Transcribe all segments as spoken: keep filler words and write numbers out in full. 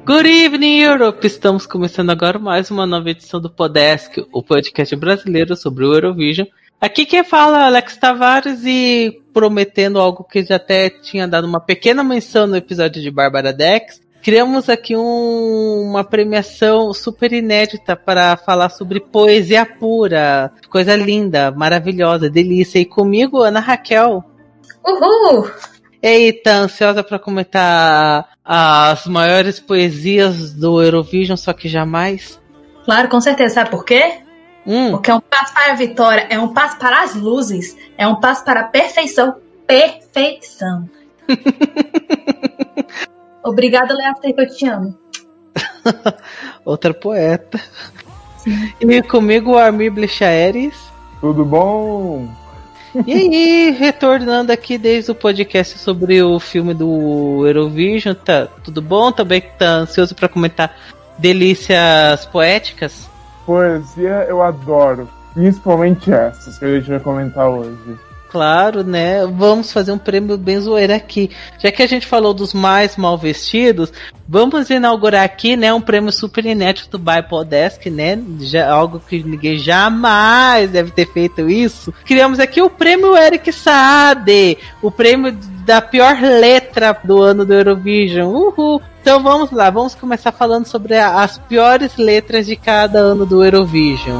Good evening, Europe! Estamos começando agora mais uma nova edição do Podesk, o podcast brasileiro sobre o Eurovision. Aqui quem fala é Alex Tavares e prometendo algo que já até tinha dado uma pequena menção no episódio de Bárbara Dex. Criamos aqui um, uma premiação super inédita para falar sobre poesia pura, coisa linda, maravilhosa, delícia. E comigo, Ana Raquel. Uhul! Eita, ansiosa para comentar as maiores poesias do Eurovision, só que jamais? Claro, com certeza. Sabe por quê? Hum. Porque é um passo para a vitória, é um passo para as luzes, é um passo para a perfeição. Perfeição. Obrigada, Leaster, que eu te amo. Outra poeta. Sim. E comigo, o Armir Blechaeres. Tudo bom? E aí, retornando aqui desde o podcast sobre o filme do Eurovision, tá tudo bom? Também tá ansioso para comentar delícias poéticas? Poesia eu adoro, principalmente essas que a gente vai comentar hoje. Claro, né? Vamos fazer um prêmio bem zoeira aqui. Já que a gente falou dos mais mal vestidos, vamos inaugurar aqui, né, um prêmio super inédito do Bipodesk, né? Já, algo que ninguém jamais deve ter feito isso. Criamos aqui o prêmio Eric Saade, o prêmio da pior letra do ano do Eurovision. Uhul! Então vamos lá, vamos começar falando sobre a, as piores letras de cada ano do Eurovision.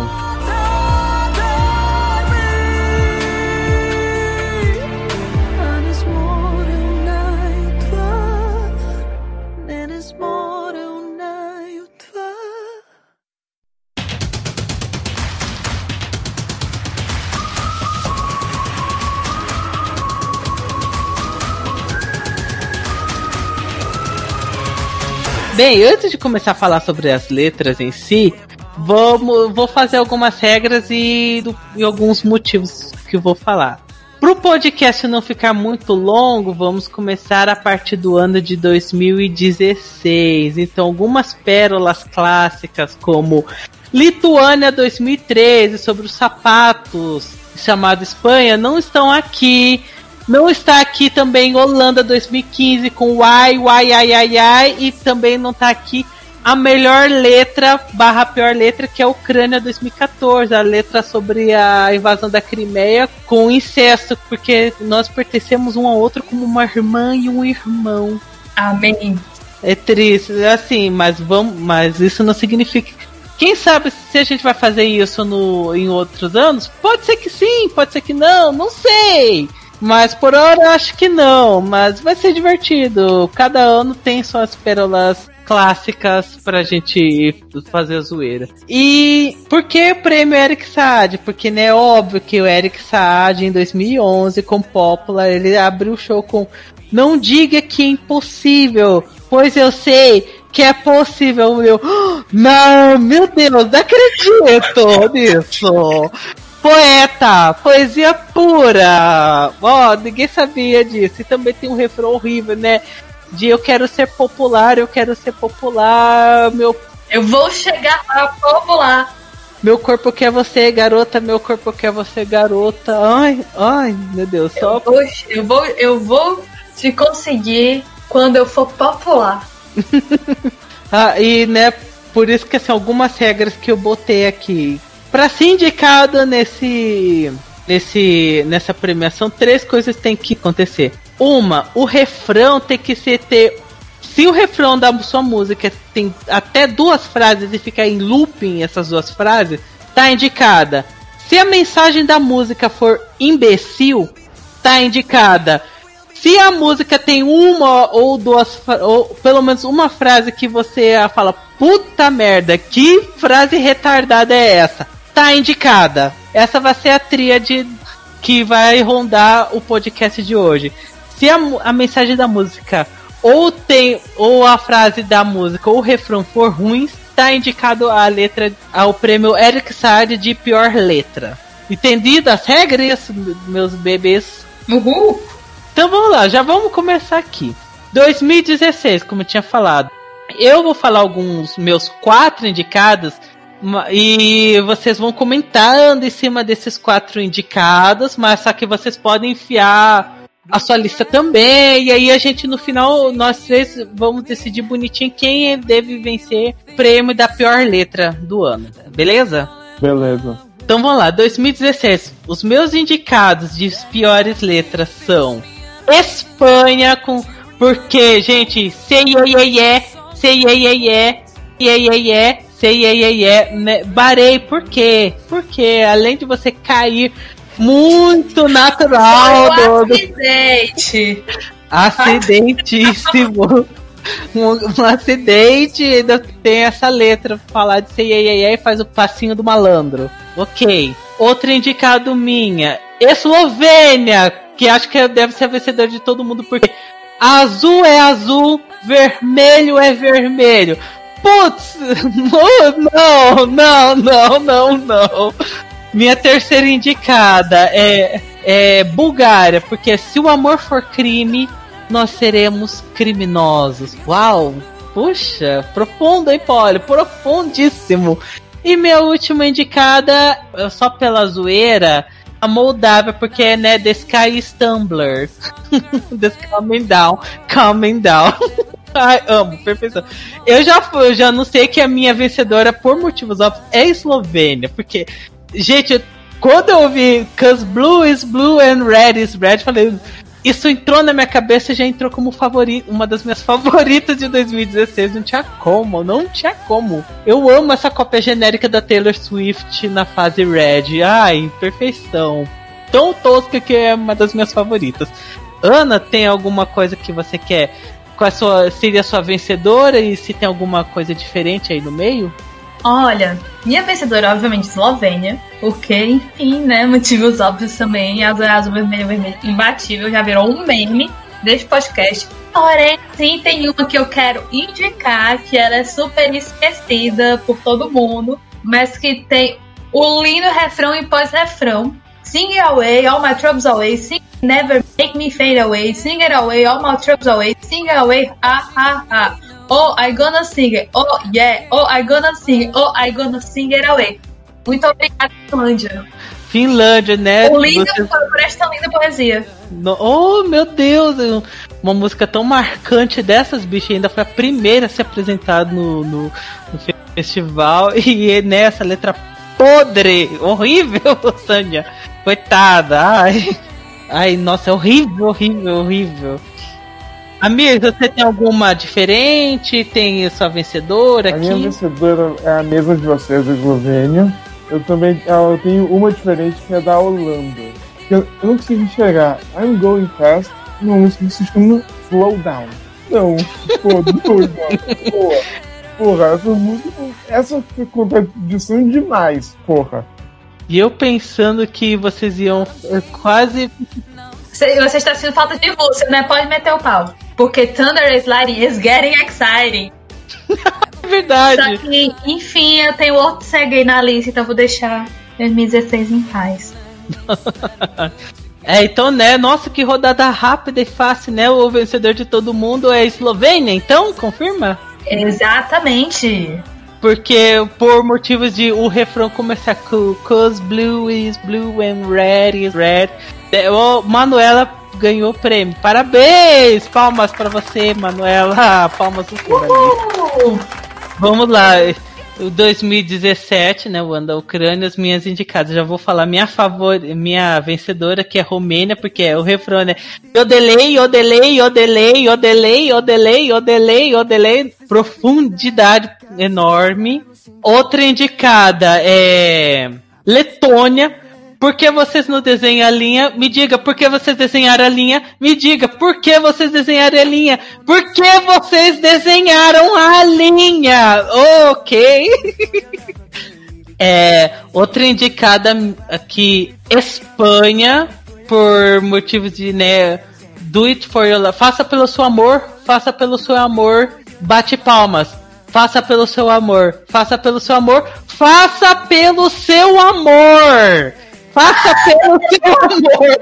Bem, antes de começar a falar sobre as letras em si, vamos, vou fazer algumas regras e, e alguns motivos que eu vou falar. Para o podcast não ficar muito longo, vamos começar a partir do ano de dois mil e dezesseis. Então, algumas pérolas clássicas como Lituânia dois mil e treze, sobre os sapatos, chamado Espanha, não estão aqui. Não está aqui também Holanda dois mil e quinze com Uai, Uai, Ai, Ai, Ai. E também não está aqui a melhor letra, barra pior letra, que é Ucrânia dois mil e catorze. A letra sobre a invasão da Crimeia com incesto, porque nós pertencemos um ao outro como uma irmã e um irmão. Amém. É triste, assim, mas, vamos, mas isso não significa... Quem sabe se a gente vai fazer isso no, em outros anos? Pode ser que sim, pode ser que não, não sei. Mas por hora acho que não, mas vai ser divertido. Cada ano tem suas pérolas clássicas pra gente fazer a zoeira. E por que o prêmio Eric Saade? Porque, né, óbvio que o Eric Saade em dois mil e onze, com Popular, ele abriu o show com Não diga que é impossível, pois eu sei que é possível. Meu, não, meu Deus, não acredito nisso. Poeta, poesia pura. Ó, oh, ninguém sabia disso. E também tem um refrão horrível, né? De eu quero ser popular, eu quero ser popular, meu... Eu vou chegar a popular. Meu corpo quer você, garota, meu corpo quer você, garota. Ai, ai, meu Deus, só... Eu vou, eu vou, eu vou te conseguir quando eu for popular. Ah, e, né, por isso que, assim, algumas regras que eu botei aqui... Pra ser indicado nesse, nesse, nessa premiação, três coisas tem que acontecer. Uma, o refrão tem que ser ter... Se o refrão da sua música tem até duas frases e ficar em looping essas duas frases, tá indicada. Se a mensagem da música for imbecil, tá indicada. Se a música tem uma ou duas, ou pelo menos uma frase que você fala, puta merda, que frase retardada é essa? Tá indicada. Essa vai ser a tríade que vai rondar o podcast de hoje. Se a, a mensagem da música ou tem ou a frase da música ou o refrão for ruins, tá indicado a letra ao prêmio Eric Saade de pior letra. Entendido as regras, meus bebês? Uhul! Então vamos lá, já vamos começar aqui. dois mil e dezesseis, como eu tinha falado. Eu vou falar alguns meus quatro indicados e vocês vão comentando em cima desses quatro indicados, mas só que vocês podem enfiar a sua lista também, e aí a gente no final, nós três vamos decidir bonitinho quem deve vencer o prêmio da pior letra do ano, beleza? Beleza. Então vamos lá, dois mil e dezesseis, os meus indicados de piores letras são Espanha, com porque, gente, sei iê iê iê, sei iê iê iê, iê iê iê, sei iê iê iê, né? Barei, por quê? Porque além de você cair muito natural um do, acidente. acidentíssimo. Um, um acidente, ainda tem essa letra pra falar de sei iê iê e faz o passinho do malandro. Ok. Outro indicado minha, Eslovênia, que acho que deve ser a vencedora de todo mundo, porque azul é azul, vermelho é vermelho. Putz, não, não, não, não, não. Minha terceira indicada é, é Bulgária, porque se o amor for crime, nós seremos criminosos. Uau, puxa, profundo, hein, Polly? Profundíssimo. E minha última indicada, só pela zoeira, a Moldávia, porque, né, The Sky is Tumblr. The Calming Down, Calming Down. Ai, amo, perfeição. Eu já, eu já não sei que a minha vencedora, por motivos óbvios, é a Eslovênia, porque, gente, quando eu ouvi Cause Blue is Blue and Red is Red, falei, isso entrou na minha cabeça e já entrou como favorita, uma das minhas favoritas de dois mil e dezesseis. Não tinha como, não tinha como. Eu amo essa cópia genérica da Taylor Swift na fase Red. Ai, perfeição. Tão tosca que é uma das minhas favoritas. Ana, tem alguma coisa que você quer? Qual a sua, seria a sua vencedora? E se tem alguma coisa diferente aí no meio? Olha, minha vencedora, obviamente, Eslovênia, porque, enfim, né, motivos óbvios também, azul, azul, vermelho, vermelho, imbatível, já virou um meme desse podcast. Porém, sim, tem uma que eu quero indicar, que ela é super esquecida por todo mundo, mas que tem o lindo refrão e pós-refrão. Sing it away, all my troubles away, sing it, never make me fade away, sing it away, all my troubles away, sing it away, ha, ha, ha. Oh, I gonna sing it. Oh, yeah. Oh, I gonna sing it. Oh, I gonna sing it away. Muito obrigada, Finlândia. Finlândia, né? O lindo, Você... por esta linda poesia. No... Oh, meu Deus! Uma música tão marcante dessas, bichas, ainda foi a primeira a ser apresentada no, no, no festival. E nessa letra podre, horrível, Sânia. Coitada, ai. Ai, nossa, é horrível, horrível, horrível. Amir, você tem alguma diferente? Tem a sua vencedora aqui? A minha vencedora é a mesma de vocês, a Eslovênia. Eu também eu tenho uma diferente, que é da Holanda. Eu, eu não consigo enxergar I'm Going Fast numa música que se chama Slow Down. Não, pô, doido, porra. Porra, essa música, essa foi contradição demais, porra. E eu pensando que vocês iam quase... Você, você está sentindo falta de música, né? Pode meter o pau. Porque Thunder is Lighting is getting exciting. É verdade. Só que, enfim, eu tenho outro segue aí na lista, então vou deixar dois mil e dezesseis em paz. É, então, né? Nossa, que rodada rápida e fácil, né? O vencedor de todo mundo é a Eslovênia, então? Confirma? Exatamente. Porque por motivos de o refrão começar com Cause blue is blue and red is red. O Manuela ganhou o prêmio. Parabéns! Palmas pra você, Manuela. Palmas no fundo. Vamos lá. O dois mil e dezessete, né? O ano da Ucrânia, as minhas indicadas. Já vou falar minha favor, minha vencedora, que é Romênia, porque é o refrão, né? Eu delay, eu delay, eu delay, eu delay, eu delay, eu delay, eu delay. Profundidade enorme. Outra indicada é Letônia. Por que vocês não desenham a linha? Me diga, por que vocês desenharam a linha? Me diga, por que vocês desenharam a linha? Por que vocês desenharam a linha? Ok. É, outra indicada aqui, Espanha, por motivos de, né, do it for your love. Faça pelo seu amor, faça pelo seu amor, bate palmas. Faça pelo seu amor, faça pelo seu amor, faça pelo seu amor. Faça pelo seu amor.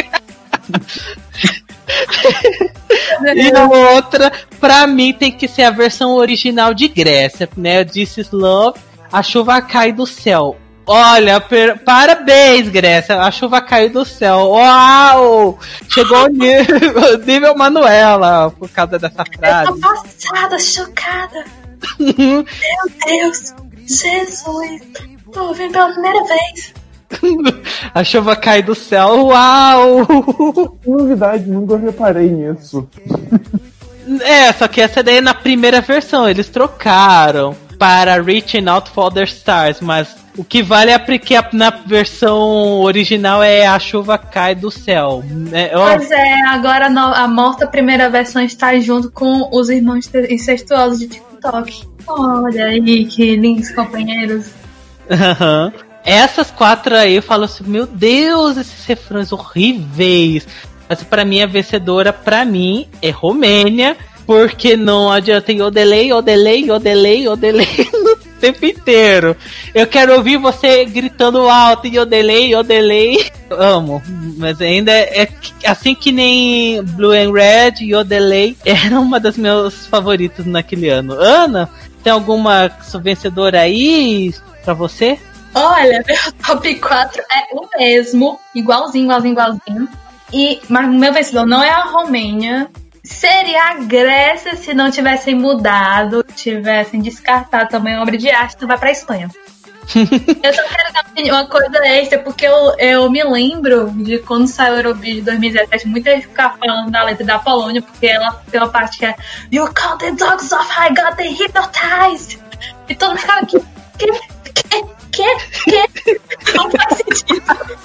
E a outra, pra mim, tem que ser a versão original de Grécia, né? This is love, a chuva cai do céu. Olha, per- parabéns, Grécia. A chuva caiu do céu. Uau! Chegou o nível, nível Manuela por causa dessa frase. Eu tô passada, chocada. Meu Deus, Jesus. Tô ouvindo pela primeira vez. A chuva cai do céu. Uau! Que novidade, nunca reparei nisso. É, só que essa daí é na primeira versão. Eles trocaram para Reaching Out for the Stars, mas o que vale é porque na versão original é A Chuva Cai do Céu. É, ó... Pois é, agora a morta primeira versão está junto com os irmãos incestuosos de TikTok. Olha aí, que lindos companheiros. Uhum. Essas quatro aí eu falo assim, meu Deus, esses refrões horríveis. Mas pra mim a vencedora, pra mim, é Romênia, porque não adianta yodelei, yodelei, yodelei, yodelei no tempo inteiro. Eu quero ouvir você gritando alto, yodelei, yodelei. Amo, mas ainda é, é assim que nem Blue and Red, yodelei era uma das meus favoritos naquele ano. Ana, tem alguma vencedora aí pra você? Olha, meu top quatro é o mesmo, igualzinho, igualzinho, igualzinho. E, mas o meu vencedor não é a Romênia. Seria a Grécia se não tivessem mudado, tivessem descartado também a obra de arte, então vai pra Espanha. Eu só quero dar uma coisa extra, porque eu, eu me lembro de quando saiu o Eurovision dois mil e dezessete, muita gente ficava falando da letra da Polônia, porque ela tem uma parte que é You call the dogs off, I got them hypnotized. E todo mundo ficava aqui, que, que, que, que? Não faz sentido.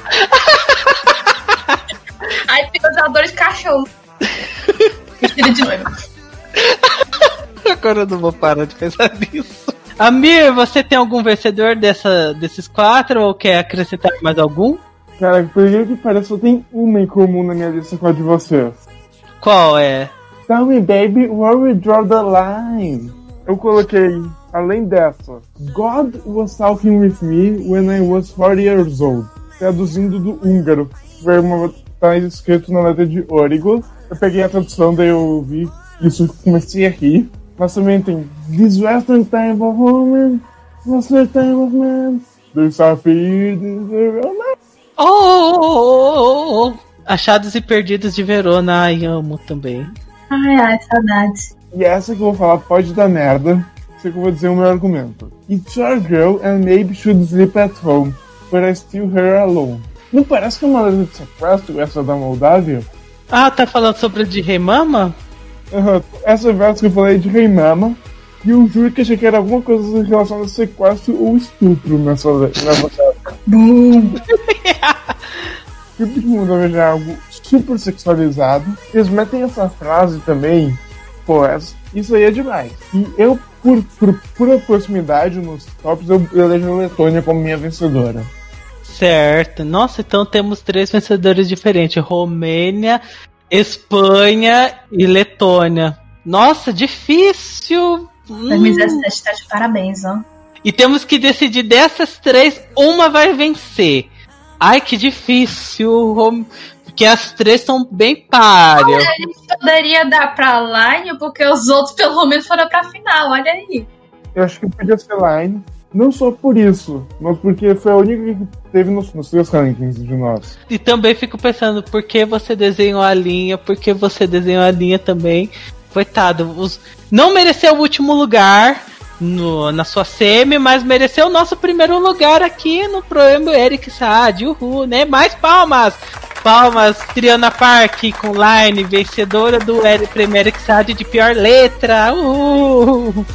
Aí fica os adoradores de cachorro. Vestido de noiva. Agora eu não vou parar de pensar nisso. Amir, você tem algum vencedor dessa, desses quatro ou quer acrescentar mais algum? Cara, por que parece só tem uma em comum na minha lista com a de vocês. Qual é? Tell me, baby, where we draw the line? Eu coloquei, além dessa, God was talking with me when I was forty years old. Traduzindo do húngaro. Foi uma, tá escrito na letra de Origo. Eu peguei a tradução, daí eu vi isso e comecei a rir. Mas também tem This Western Time of Woman, Western Time of Man, There's a feeling oh, oh, oh, oh, oh. Achados e Perdidos de Verona. Ai, amo também. Ai, ai, saudades. E essa que eu vou falar pode dar merda. Sei que eu vou dizer o meu argumento. It's your girl and maybe should sleep at home, but I still her alone. Não parece que é uma letra de sequestro essa da Moldávia? Ah, tá falando sobre a de Rei Mama? Uhum. Essa verso que eu falei de Rei Mama. E eu juro que achei que era alguma coisa relacionada a sequestro ou estupro nessa letra. Boom! Tipo de mundo veja é algo super sexualizado. Eles metem essa frase também. Pô, isso aí é demais. E eu, por, por pura proximidade nos tops, eu elejo a Letônia como minha vencedora. Certo. Nossa, então temos três vencedores diferentes. Romênia, Espanha e Letônia. Nossa, difícil. dois mil e dezessete tá de parabéns, ó. E temos que decidir dessas três, uma vai vencer. Ai, que difícil. Porque as três são bem páreas. Olha, a gente poderia dar pra Line, porque os outros pelo menos foram pra final, olha aí. Eu acho que podia ser Line. Não só por isso, mas porque foi a única que teve nos, nos seus rankings de nós. E também fico pensando, por que você desenhou a linha? Por que você desenhou a linha também? Coitado, os... não mereceu o último lugar no, na sua semi, mas mereceu o nosso primeiro lugar aqui no Prêmio Eric Saad. Uhul, né? Mais palmas! Palmas, Triana Park com Line, vencedora do Prêmio Eric Saad de pior letra. Uhul!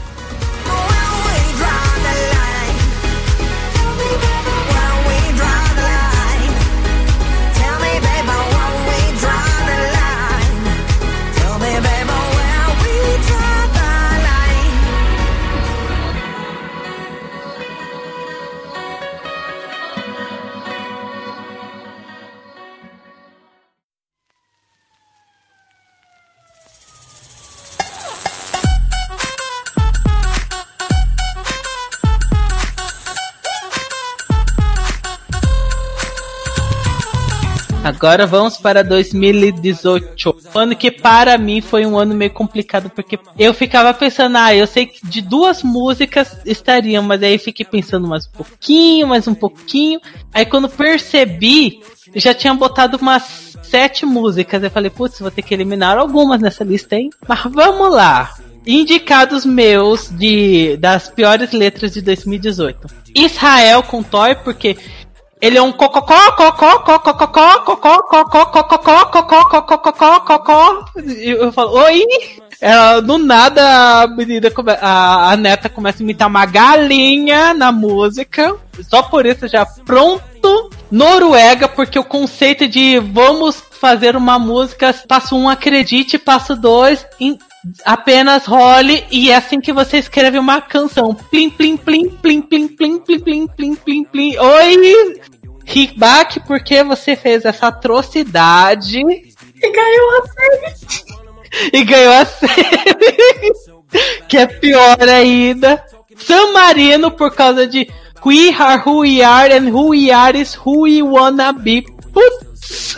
Agora vamos para dois mil e dezoito. um ano que para mim foi um ano meio complicado, porque eu ficava pensando, ah, eu sei que de duas músicas estariam, mas aí fiquei pensando mais um pouquinho, mais um pouquinho. Aí quando percebi, já tinham botado umas sete músicas. Eu falei, putz, vou ter que eliminar algumas nessa lista, hein? Mas vamos lá. Indicados meus de, das piores letras de dois mil e dezoito. Israel com Toy, porque ele é um cococó, cocó, cocó, cocó, cocó, cocó, cocó, cocó, cocó, cocó, cocó. Eu falo, oi! Ela, do nada a menina, a, a neta começa a imitar uma galinha na música. Só por isso já pronto. Noruega, porque o conceito de vamos fazer uma música, passo um, acredite, passo dois, in, apenas role, e é assim que você escreve uma canção. Plim, plim, plim, plim, plim, plim, plim, plim, plim, plim, plim. Oi, Rickback, porque você fez essa atrocidade e ganhou a série. E ganhou a série. Que é pior ainda. San Marino, por causa de We are who we are and who we are is who we wanna be. Putz,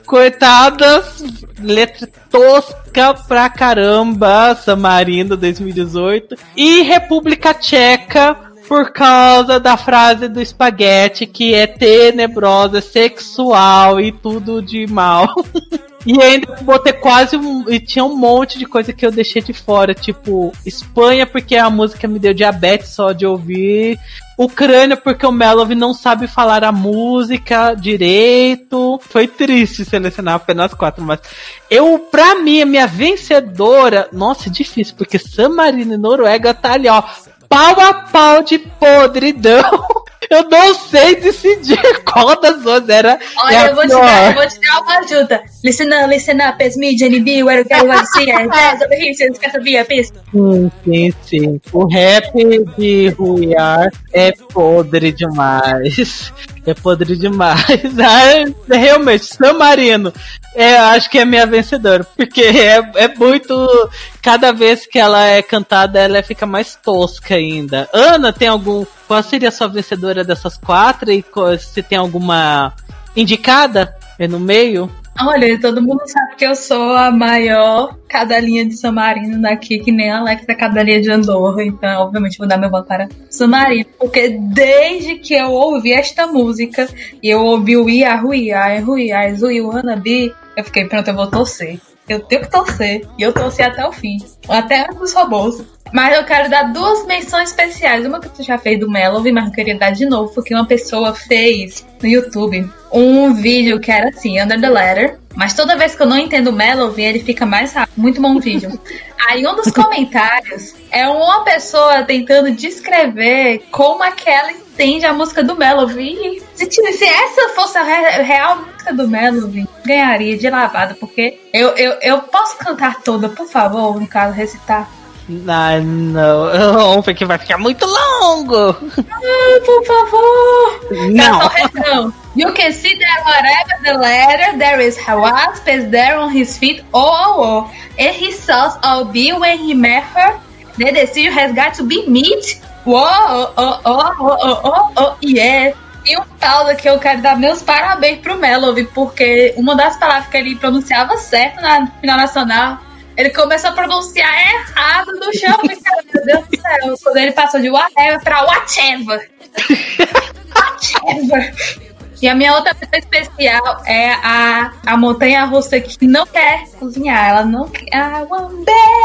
coitadas, letra tosca pra caramba, San Marino dois mil e dezoito. E República Tcheca, por causa da frase do espaguete, que é tenebrosa, sexual e tudo de mal. E ainda botei quase um... E tinha um monte de coisa que eu deixei de fora. Tipo, Espanha, porque a música me deu diabetes só de ouvir. Ucrânia, porque o Melov não sabe falar a música direito. Foi triste selecionar apenas quatro, mas... Eu, pra mim, a minha vencedora... Nossa, é difícil, porque San Marino e Noruega tá ali, ó. Pau a pau de podridão. Eu não sei decidir qual das duas era. Olha, é eu, vou te dar, eu vou te dar uma ajuda. Listen up, listen up, it's me, Jenny B, where you want to see it. There's over here, você quer saber a pista? Sim, sim, sim. O rap de Ruiar é podre demais. É podre demais. Ah, realmente, San Marino. É, acho que é minha vencedora. Porque é, é muito... Cada vez que ela é cantada, ela fica mais tosca ainda. Ana, tem algum... Qual seria a sua vencedora dessas quatro? E se tem alguma indicada? É no meio? Olha, todo mundo sabe que eu sou a maior cadelinha de San Marino daqui, que nem a Alex é cadelinha de Andorra. Então, obviamente, vou dar meu voto para San Marino. Porque desde que eu ouvi esta música, e eu ouvi o Ia, Ruia, Ruia, Zui, Wanna Be, eu fiquei, pronto, eu vou torcer. Eu tenho que torcer. E eu torci até o fim. Até antes dos robôs. Mas eu quero dar duas menções especiais. Uma que você já fez do Melov, mas eu queria dar de novo, porque uma pessoa fez no YouTube um vídeo que era assim, Under the Letter. Mas toda vez que eu não entendo o Melov, ele fica mais rápido. Muito bom vídeo. Aí um dos comentários é uma pessoa tentando descrever como é que ela entende a música do Melov. E se, se essa fosse a re- real música do Melov, ganharia de lavada. Porque eu, eu, eu posso cantar toda, por favor, no caso, recitar. Ah, não, porque vai ficar muito longo. Ah, por favor. Não. Tá só refrão. You can see that whatever the letter, there is a wasp is there on his feet. Oh, oh, oh. And he saw all be when he met her. The decision has got to be meat. Whoa, oh, oh, oh, oh, oh, oh, oh, yeah. E um tal que eu quero dar meus parabéns pro Melov, porque uma das palavras que ele pronunciava certo na final nacional, ele começou a pronunciar errado no chão. Meu Deus do céu. Quando ele passou de whatever pra whatever. Whatever. E a minha outra pessoa especial é a, a montanha russa que não quer cozinhar. Ela não quer. I want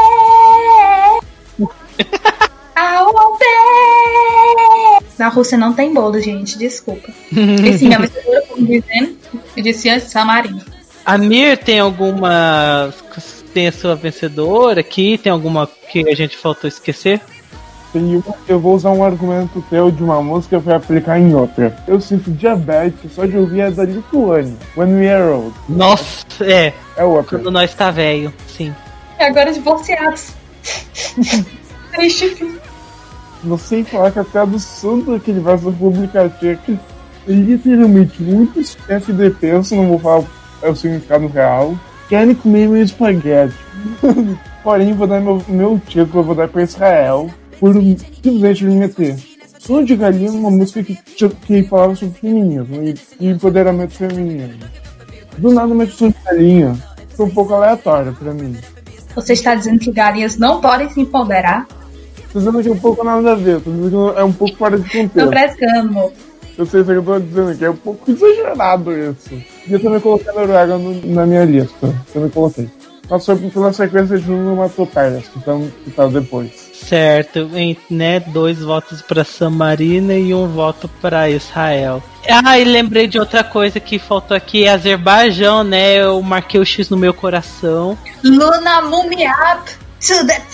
that. I want that. Na Rússia não tem bolo, gente. Desculpa. E sim, a vencedora, como dizendo, eu disse antes, San Marino. A Mir tem alguma... Tem a sua vencedora aqui? Tem alguma que a gente faltou esquecer? Tem uma, eu vou usar um argumento teu de uma música pra aplicar em outra. Eu sinto diabetes só de ouvir a da Lituânia, When We Are Old. Nossa, é. É outra. Quando nós tá velho, sim. E agora divorciados. Triste fim. Não sei falar que a tradução daquele verso da República Tcheca é literalmente muitos F D Ps, não vou falar o significado real. Querem comer meu espaguete. Porém, vou dar meu, meu título, eu vou dar pra Israel, por simplesmente me meter. Som de Galinha, uma música que, que falava sobre feminismo e, e empoderamento feminino. Do nada, mete Som de Galinha. ficou um pouco aleatório pra mim. Você está dizendo que galinhas não podem se empoderar? Tô dizendo que é um pouco nada a ver, tô dizendo que é um pouco fora de contexto. Tô frescando, amor. Eu sei o que eu tô dizendo aqui, é um pouco exagerado isso. E eu também coloquei a Noruega no, na minha lista, eu não coloquei. Mas foi pela sequência de onomatopeias, então que tá depois. Certo, né? Dois votos pra San Marino e um voto pra Israel. Ah, e lembrei de outra coisa que faltou aqui, Azerbaijão, né? Eu marquei o X no meu coração. Luna move up to the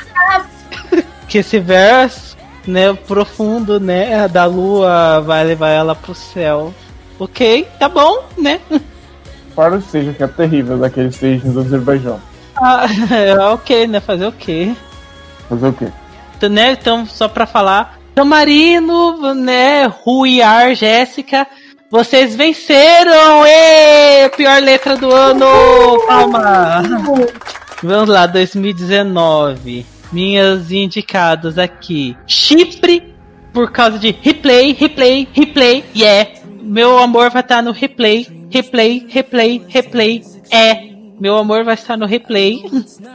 top. Que esse verso, né, profundo, né, da lua vai levar ela pro céu. Ok, tá bom, né? Fora o stage que é terrível daquele stage do Azerbaijão. Ah, ok, né? Fazer o quê? Fazer o quê? Então, né, então só pra falar, San Marino, né, Ruiar, Jéssica, vocês venceram! Ê, pior letra do ano! Palma! Vamos lá, dois mil e dezenove. Minhas indicadas aqui. Chipre, por causa de replay, replay, replay, yeah. Meu amor vai estar no replay, replay, replay, replay, é. Meu amor vai estar no replay.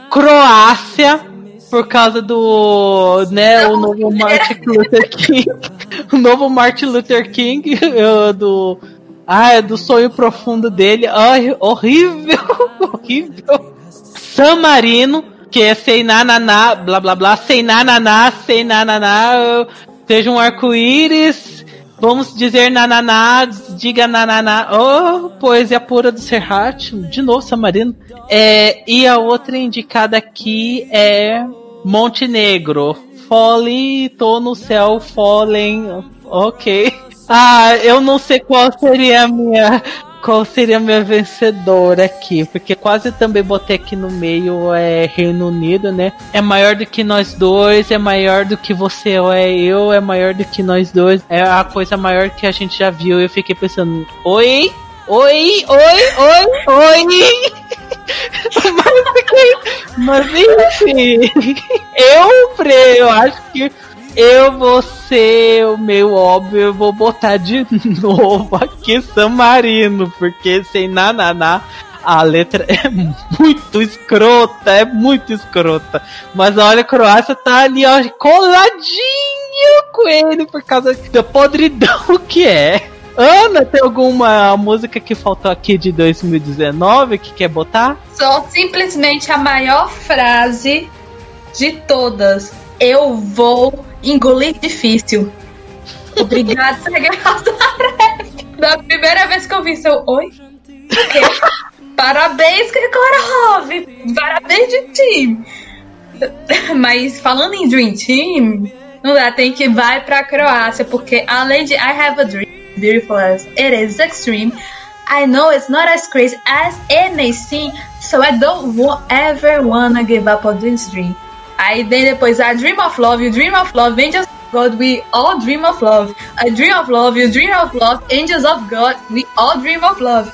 Croácia, por causa do, né, o novo Martin Luther King. O novo Martin Luther King, eu, do, ah, é do sonho profundo dele. Ai, horrível, horrível. San Marino, que é sei nananá, blá blá blá, sei nananá, sei nananá, seja um arco-íris, vamos dizer nananá, diga nananá, oh, poesia pura do Serrat, de novo San Marino. É, e a outra indicada aqui é Montenegro, Falling, tô no céu, Falling, ok. Ah, eu não sei qual seria a minha... Qual seria a minha vencedora aqui? Porque quase também botei aqui no meio é Reino Unido, né? É maior do que nós dois, é maior do que você ou é eu, é maior do que nós dois. É a coisa maior que a gente já viu. Eu fiquei pensando, oi, oi, oi, oi, oi. Mas, fiquei, mas enfim, eu, Pre, eu acho que eu vou ser o meio óbvio, eu vou botar de novo aqui San Marino, porque sem nananá a letra é muito escrota, é muito escrota. Mas olha, a Croácia tá ali, ó, coladinho com ele por causa da podridão que é. Ana, tem alguma música que faltou aqui de dois mil e dezenove que quer botar? Só simplesmente a maior frase de todas. Eu vou engolir difícil. Obrigado, da primeira vez que eu vi seu oi. Parabéns, Gregorov. Parabéns de time. Mas falando em Dream Team, não dá, tem que vai pra Croácia, porque além de I have a dream, beautiful as it is extreme, I know it's not as crazy as it may seem, so I don't ever wanna give up on this dream. Aí vem depois a Dream of Love, you Dream of Love, Angels of God, we all dream of love. A Dream of Love, you Dream of Love, Angels of God, we all dream of love.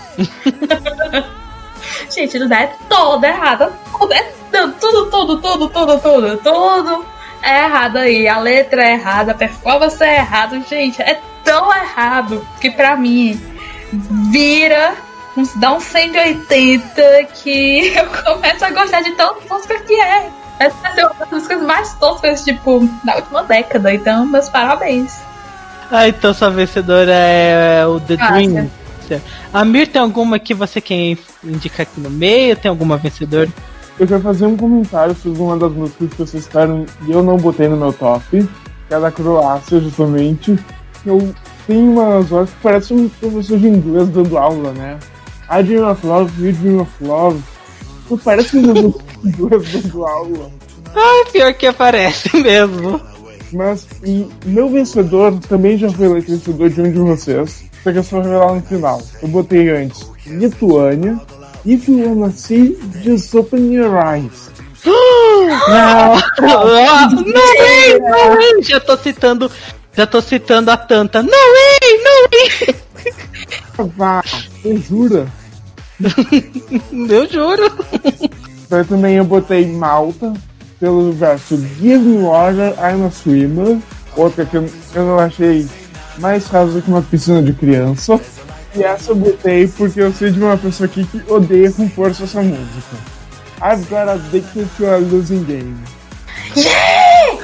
Gente, não dá, é toda errada. Tudo, é, tudo, tudo, tudo, tudo, tudo, tudo é errado aí. A letra é errada, a performance é errada. Gente, é tão errado que pra mim vira, dá um cento e oitenta que eu começo a gostar de tão música que é. Essa vai ser uma das músicas mais toscas, tipo, da última década. Então, meus parabéns. Ah, então sua vencedora é o The Nossa. Dream. Amir, tem alguma que você quer indicar aqui no meio? Tem alguma vencedora? Eu quero fazer um comentário sobre uma das músicas que vocês citaram e eu não botei no meu top, que é da Croácia, justamente. Eu tenho umas vozes que parecem um professor de inglês dando aula, né? I Dream of Love, You Dream of Love. Pô, parece um professor de inglês dando aula. Ai, pior que aparece mesmo. Mas e meu vencedor também já foi eleito vencedor de um de vocês, só que eu só vou revelar no final. Eu botei antes Lituânia, If You Wanna See, Just Open Your Eyes. Não, não, way, no way. Já tô citando, já tô citando a Tanta. No way, no way. Vá, você jura? Eu juro. Eu também eu botei Malta, pelo verso Give Me Water, I'm a Swimmer. Outra que eu, eu não achei mais raso que uma piscina de criança. E essa eu botei porque eu sei de uma pessoa aqui que odeia com força essa música. I've got addicted to a losing game. Yeah!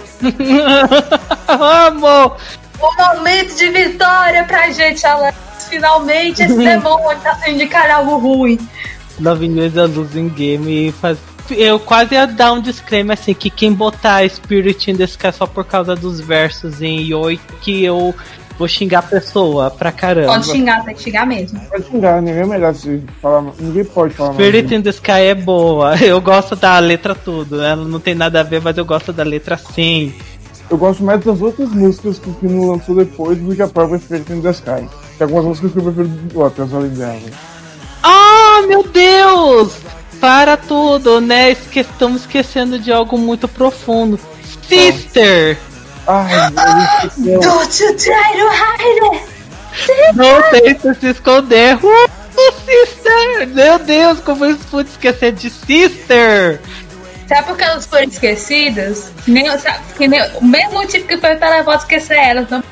Amor! Um momento de vitória pra gente, Alex. Finalmente esse demônio tá sendo indicado algo ruim. Loving You is a losing game. Faz... Eu quase ia dar um disclaimer assim, que quem botar Spirit in the Sky só por causa dos versos em Yoi, que eu vou xingar a pessoa pra caramba. Pode xingar, tem que xingar mesmo. Pode xingar, ninguém é melhor se falar. Ninguém pode falar mais. Spirit in the Sky é boa. Eu gosto da letra tudo. Ela não tem nada a ver, mas eu gosto da letra sim. Eu gosto mais das outras músicas que o Kino lançou depois do que a própria Spirit in the Sky. Tem algumas músicas que eu prefiro de outras além dela. Ah, meu Deus! Para tudo, né? Esque... Estamos esquecendo de algo muito profundo. Sister! Ai, meu Deus. Don't you try to hide it! Não tenta se esconder. Uh, Sister! Meu Deus, como eu pude esquecer de Sister? Sabe por que elas foram esquecidas? Que nem, sabe, que nem, o mesmo motivo que foi pra levar esquecer elas. Não...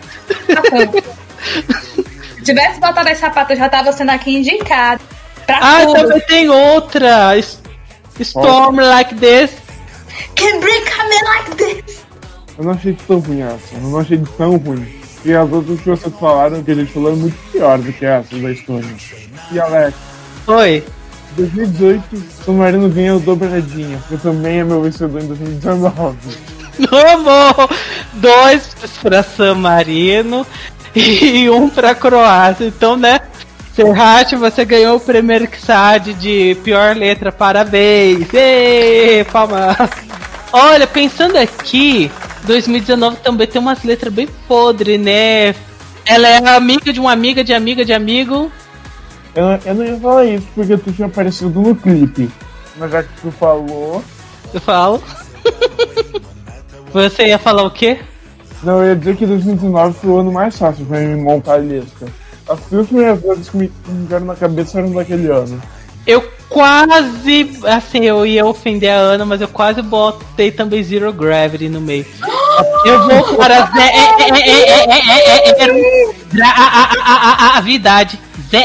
Se tivesse botado esse sapato, eu já tava sendo aqui indicado. Pra ah, tudo. também tem outra. Storm oh. Like This. Can bring me like this. Eu não achei tão ruim essa. Eu não achei tão ruim. E as outras que vocês falaram, que a gente falou, é muito pior do que essa da Estônia. E Alex? Oi. dois mil e dezoito, San Marino ganhou dobradinha, porque também é meu vencedor em dois mil e dezenove. Amor! Dois pra San Marino e um pra Croácia. Então, né? Serhat, você ganhou o primeiro Xad de pior letra. Parabéns! Ei, palmas! Olha, pensando aqui, dois mil e dezenove também tem umas letras bem podres, né? Ela é amiga de uma amiga de amiga de amigo. Eu, eu não ia falar isso porque tu tinha aparecido no clipe. Mas já que tu falou. Eu falo. Você ia falar o quê? Não, eu ia dizer que dois mil e dezenove foi o ano mais fácil pra mim montar a lista. As duas primeiras coisas que me vieram na cabeça eram daquele ano. Eu quase. Assim, eu ia ofender a Ana, mas eu quase botei também Zero Gravity no meio. Eu vou para zero gravidade.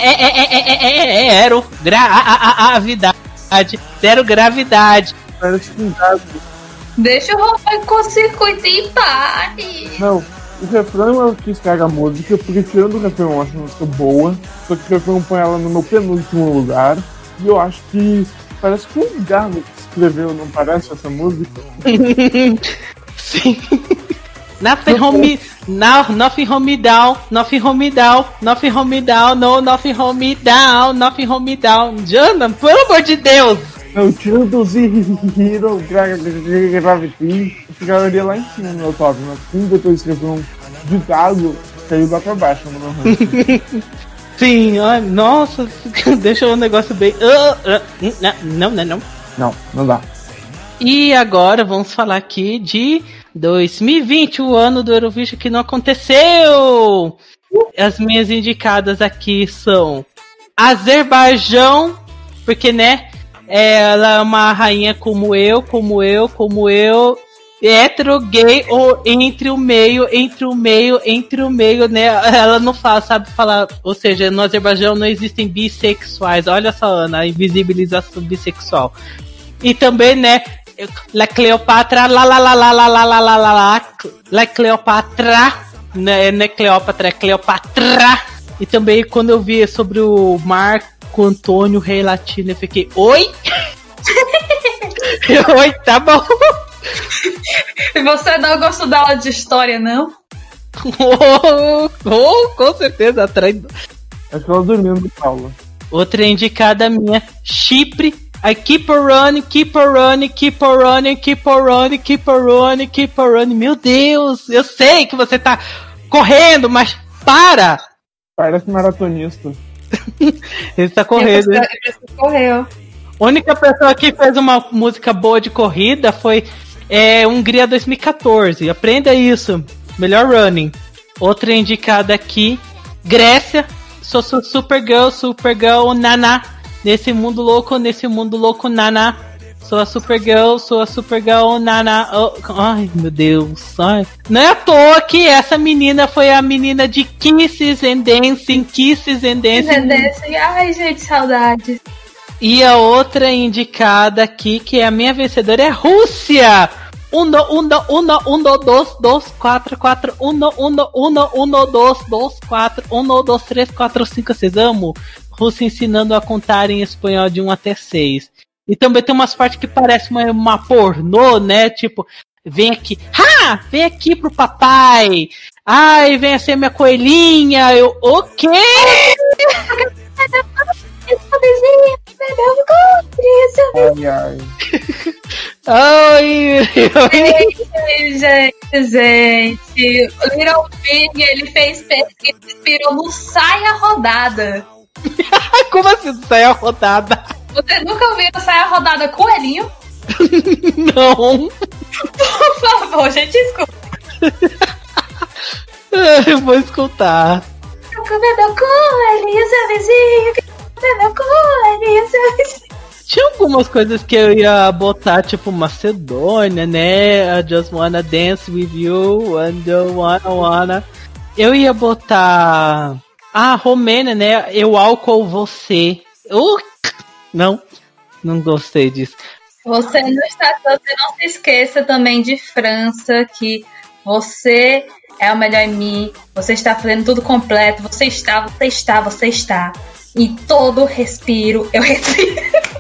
Zero gravidade. Zero gravidade. Deixa o Roboy com o circuito em paz. Não, o refrão eu quis cagar a música, porque tirando o refrão eu acho uma música boa, só que o refrão põe ela no meu penúltimo lugar. E eu acho que parece que foi um galo que escreveu, não parece essa música? Sim. Nothing hold me, now, nothing hold me down, nothing hold me down, nothing hold me down, no, nothing hold me down, nothing hold me down. Jana, pelo amor de Deus! Não, tirando o Zero Gravity, eu ficaria lá em cima no meu top, mas como depois escreveu um de galo, caiu lá pra baixo no meu ranking. Sim, ai, nossa, deixa o negócio bem. Uh, uh, não, não, não. Não, não dá. E agora vamos falar aqui de dois mil e vinte, o ano do Eurovision que não aconteceu. As minhas indicadas aqui são Azerbaijão, porque, né, ela é uma rainha como eu, como eu, como eu. Hétero, gay, ou entre o meio, entre o meio, entre o meio, né? Ela não fala, sabe falar. Ou seja, no Azerbaijão não existem bissexuais. Olha só, Ana, a invisibilização bissexual. E também, né? La Cleopatra, lá, lá, lá, lá, lá, lá, lá, lá, lá, lá, La Cleopatra, né? Não é Cleópatra, é Cleopatra. E também, quando eu vi sobre o Marco Antônio, rei latino, eu fiquei, oi? Oi, tá bom. E você não gostou da aula de história, não? Oh, oh, com certeza, atrás. É que ela dormindo de aula. Outra indicada minha, Chipre. I keep on running, keep on running, keep on running, keep on running, keep on running, keep on running. Meu Deus, eu sei que você tá correndo, mas para! Parece maratonista. Ele tá correndo. Ele correu. A única pessoa que fez uma música boa de corrida foi é, Hungria dois mil e catorze. Aprenda isso. Melhor running. Outra indicada aqui, Grécia. Sou, sou Supergirl, Supergirl, Naná. Nesse mundo louco, nesse mundo louco, Naná. Sou a Supergirl, sou a Supergirl, nana. Oh, ai, meu Deus. Ai. Não é à toa que essa menina foi a menina de Kisses and Dancing, Kisses and Dancing. Dancing. Ai, gente, saudade. E a outra indicada aqui, que é a minha vencedora, é Rússia. Uno, uno, uno, uno, dos, dos, quatro, quatro, uno, uno, uno, uno, dos, dos, quatro, uno, dos, três, quatro, cinco, seis. Amo. Rússia ensinando a contar em espanhol de um até seis. E também tem umas partes que parecem uma, uma pornô, né? Tipo, vem aqui. Ha! Vem aqui pro papai. Ai, vem ser minha coelhinha. Eu, o quê? Ai, ai. Ai, gente, gente, gente. O Little Pig, ele fez pesquisa e inspirou no Saia Rodada. como assim saia rodada? Vocês nunca ouviram Saia Rodada Coelhinho? Não. Por favor, gente, escuta. Eu vou escutar. Eu comi meu coelhinho, seu vizinho. Eu comi meu coelhinho, seu vizinho. Tinha algumas coisas que eu ia botar, tipo Macedônia, né? I just wanna dance with you, and you wanna wanna. Eu ia botar a Romênia, né? Eu álcool você. Uh, não, não gostei disso. Você não está, você não se esqueça também de França, que você é o melhor em mim. Você está fazendo tudo completo. Você está, você está, você está. E todo respiro, eu respiro.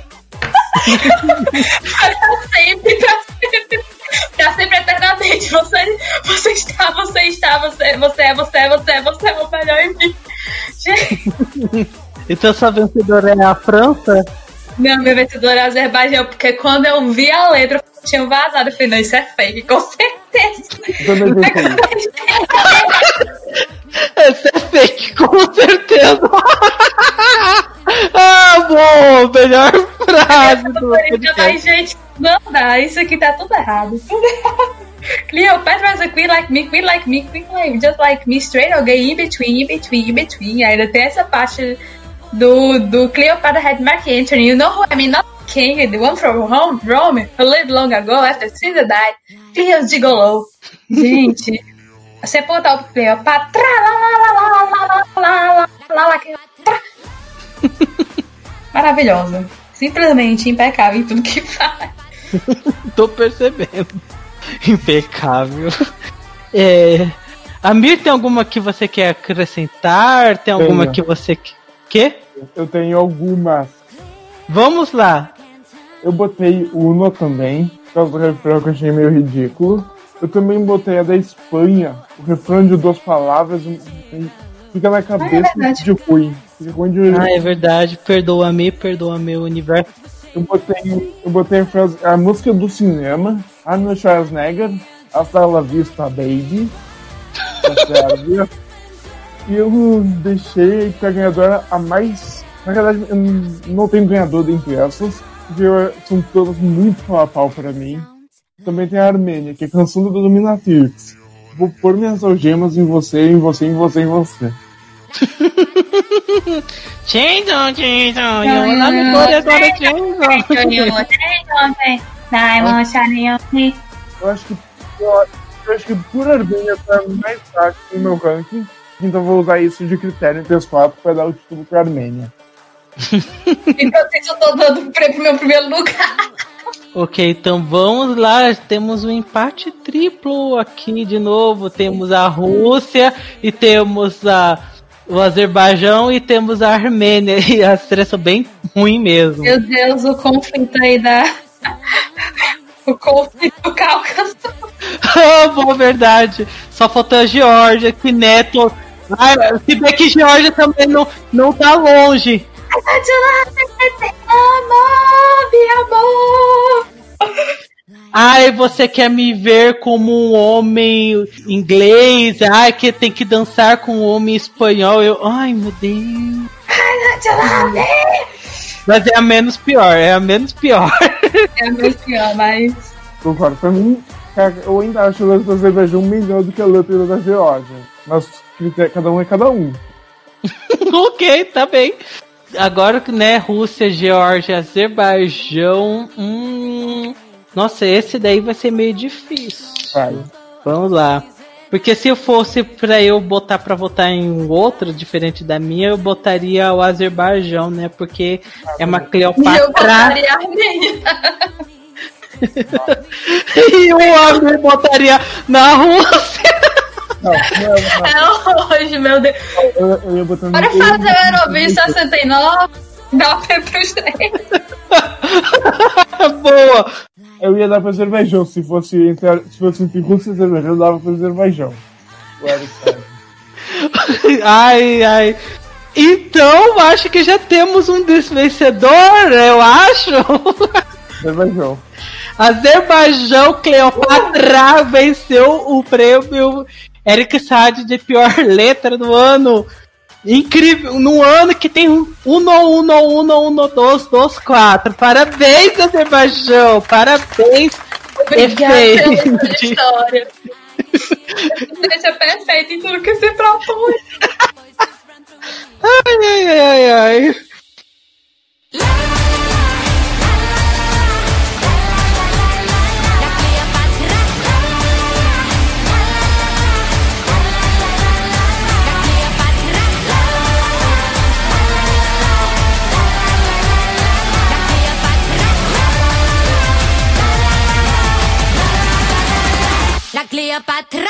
Pra sempre, pra sempre, pra sempre, eternamente. Você, você está, você está, você, você é, você é, você é, você é o melhor em mim. Gente. Então sua vencedora é a França? Não, minha vencedora é a Azerbaijão, porque quando eu vi a letra, eu tinha vazado. Eu falei, não, isso é fake, com certeza. Isso é fake, com certeza. Ah, bom, melhor frase do Mas, gente, não dá, isso aqui tá tudo errado. Tudo errado. Cleopatra is a queen like me, queen like me, queen like me, just like me, straight or gay, in between, in between, in between. Ainda tem essa parte do, do Cleopatra had Mark Antony. You know who I mean? Not the king, the one from home, Rome, who lived long ago after Caesar died. Cleo's gigolo. Gente, você botar o Cleopatra, lá, lá, lá, lá, lá, lá, lá, lá, lá, lá, maravilhosa. Simplesmente impecável em tudo que faz. Tô percebendo. Impecável. É, Amir, tem alguma que você quer acrescentar? Tem alguma Tenho. que você quer? Eu tenho algumas. Vamos lá. Eu botei Uno também, por causa do refrão que eu achei meio ridículo. Eu também botei a da Espanha, o refrão de duas palavras fica na cabeça ah, é de ruim. Fica ruim de... Ah, é verdade. Perdoa-me, perdoa-me o universo. Eu botei, eu botei a, frase, a música do cinema, Arnold Schwarzenegger, Hasta la Vista Baby, da Sérvia. E eu deixei pra ganhadora a mais... Na verdade, eu não tenho ganhador dentre essas, porque são todas muito pau a pau pra mim. Também tem a Armênia, que é a canção do Dominatrix. Vou pôr minhas algemas em você, em você, em você, em você. Tchendo, tchendo, eu não me agora, tchendo. Eu acho que eu, eu acho que por Armênia tá mais fácil no meu ranking, então vou usar isso de critério entre os quatro para dar o título pra Armênia. Então eu tô dando o prêmio pro meu primeiro lugar. Ok, então vamos lá. Temos um empate triplo aqui de novo. Temos a Rússia e temos a, o Azerbaijão e temos a Armênia. E as três são bem ruins mesmo. Meu Deus, o conflito aí da... o conflito do Cáucaso. Ah, boa verdade. Só faltou a Geórgia, que Neto... Ah, se bem que Geórgia também não, não tá longe. Amor, meu amor. Ai, você quer me ver como um homem inglês? Ai, que tem que dançar com um homem espanhol. Eu, ai, meu Deus. Mas é a menos pior, é a menos pior. É a menos pior, mas... Concordo. Pra mim, eu ainda acho a letra da Azerbaijão melhor do que a letra da Geórgia. Mas cada um é cada um. Ok, tá bem. Agora, né, Rússia, Geórgia, Azerbaijão... Hum... Nossa, esse daí vai ser meio difícil. Vai. Vamos lá. Porque se eu fosse pra eu botar pra votar em um outro, diferente da minha, eu botaria o Azerbaijão, né? Porque é uma Cleopatra. Eu botaria a Armênia. E o Armênia botaria na Rússia. Não, não, não. É hoje, meu Deus. Eu, eu ia botar no Bora fazer o Eurovision sessenta e nove. Dá o tempo pros três. Boa! Eu ia dar pra Azerbaijão. Se fosse entre, se fosse entre Rússia e Azerbaijão, eu dava pra Azerbaijão. Claro, sabe. Ai, ai. Então, acho que já temos um desvencedor, eu acho. Azerbaijão. Azerbaijão, Cleopatra venceu o prêmio Eric Saade de pior letra do ano. Incrível, no ano que tem um uno, uno, uno, uno, dois, dois, quatro. Parabéns, Azerbaijão, parabéns. Obrigada pela história. Deixa perfeito em tudo que se propõe. Ai, ai, ai, ai. La Cleopatra.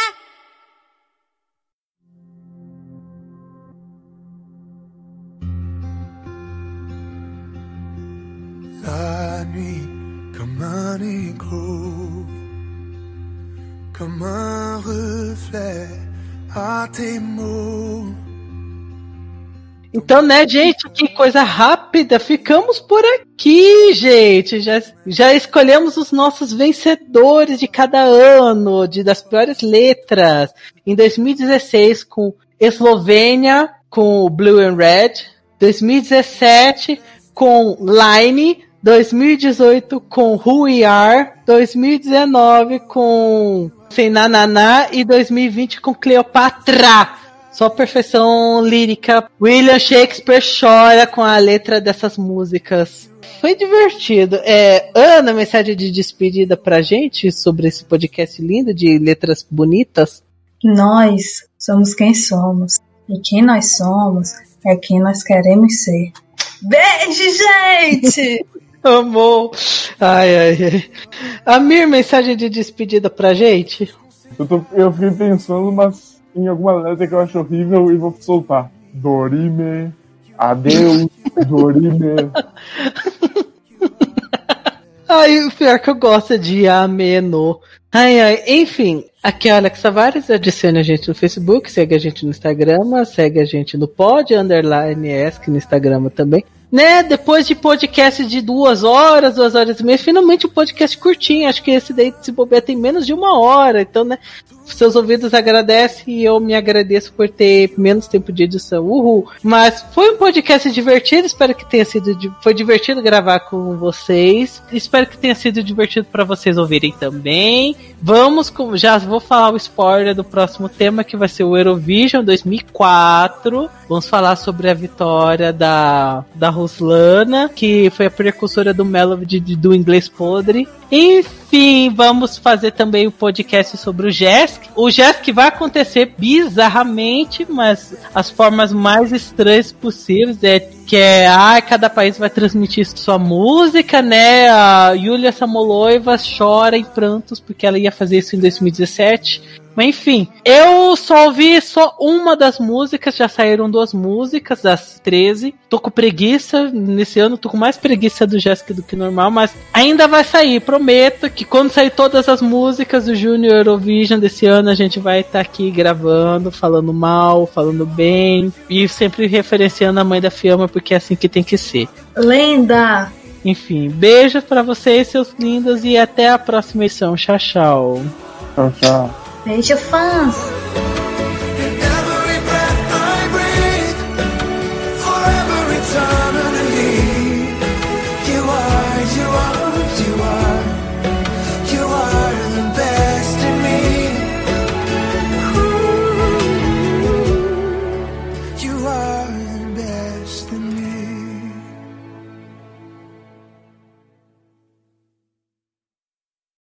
La nuit comme un écho, comme un reflet à tes mots. Então, né, gente, que coisa rápida. Ficamos por aqui, gente. Já, já escolhemos os nossos vencedores de cada ano, de das piores letras. Em dois mil e dezesseis, com Eslovênia, com Blue and Red. dois mil e dezessete, com Line. dois mil e dezoito, com Who We Are. dois mil e dezenove, com Sem Nananá. E dois mil e vinte, com Cleopatra. Só perfeição lírica. William Shakespeare chora com a letra dessas músicas. Foi divertido. É, Ana, mensagem de despedida pra gente sobre esse podcast lindo de letras bonitas. Nós somos quem somos. E quem nós somos é quem nós queremos ser. Beijo, gente! Amor. Ai, ai, ai. Amir, mensagem de despedida pra gente. Eu, tô, eu fiquei pensando, mas em alguma letra que eu acho horrível e vou soltar. Dorime, adeus, Dorime. Ai, o pior que eu gosto é de ameno. Ai, ai, enfim, aqui é a Alex Tavares, adicione a gente no Facebook, segue a gente no Instagram, segue a gente no pod, underline esc no Instagram também. Né, depois de podcast de duas horas, duas horas e meia, finalmente um podcast curtinho, acho que esse daí, se bobear, tem menos de uma hora, então, né, seus ouvidos agradecem e eu me agradeço por ter menos tempo de edição, uhul. Mas foi um podcast divertido, espero que tenha sido, foi divertido gravar com vocês, espero que tenha sido divertido para vocês ouvirem também. Vamos, com, já vou falar o spoiler do próximo tema, que vai ser o Eurovision dois mil e quatro, vamos falar sobre a vitória da, da Ruslana, que foi a precursora do Melody do Inglês Podre. Enfim, vamos fazer também o podcast sobre o Jesk. O Jesk vai acontecer bizarramente, mas as formas mais estranhas possíveis. É que é, ah, cada país vai transmitir sua música, né? A Yulia Samoloiva chora em prantos porque ela ia fazer isso em dois mil e dezessete. Mas enfim, eu só ouvi só uma das músicas, já saíram duas músicas, das treze. Tô com preguiça, nesse ano tô com mais preguiça do Jéssica do que normal, mas ainda vai sair. Prometo que quando sair todas as músicas do Junior Eurovision desse ano, a gente vai estar tá aqui gravando, falando mal, falando bem, e sempre referenciando a mãe da Fiamma, porque é assim que tem que ser. Lenda! Enfim, beijos pra vocês, seus lindos, e até a próxima edição. Tchau, tchau. Tchau, tchau. Beijo, fãs!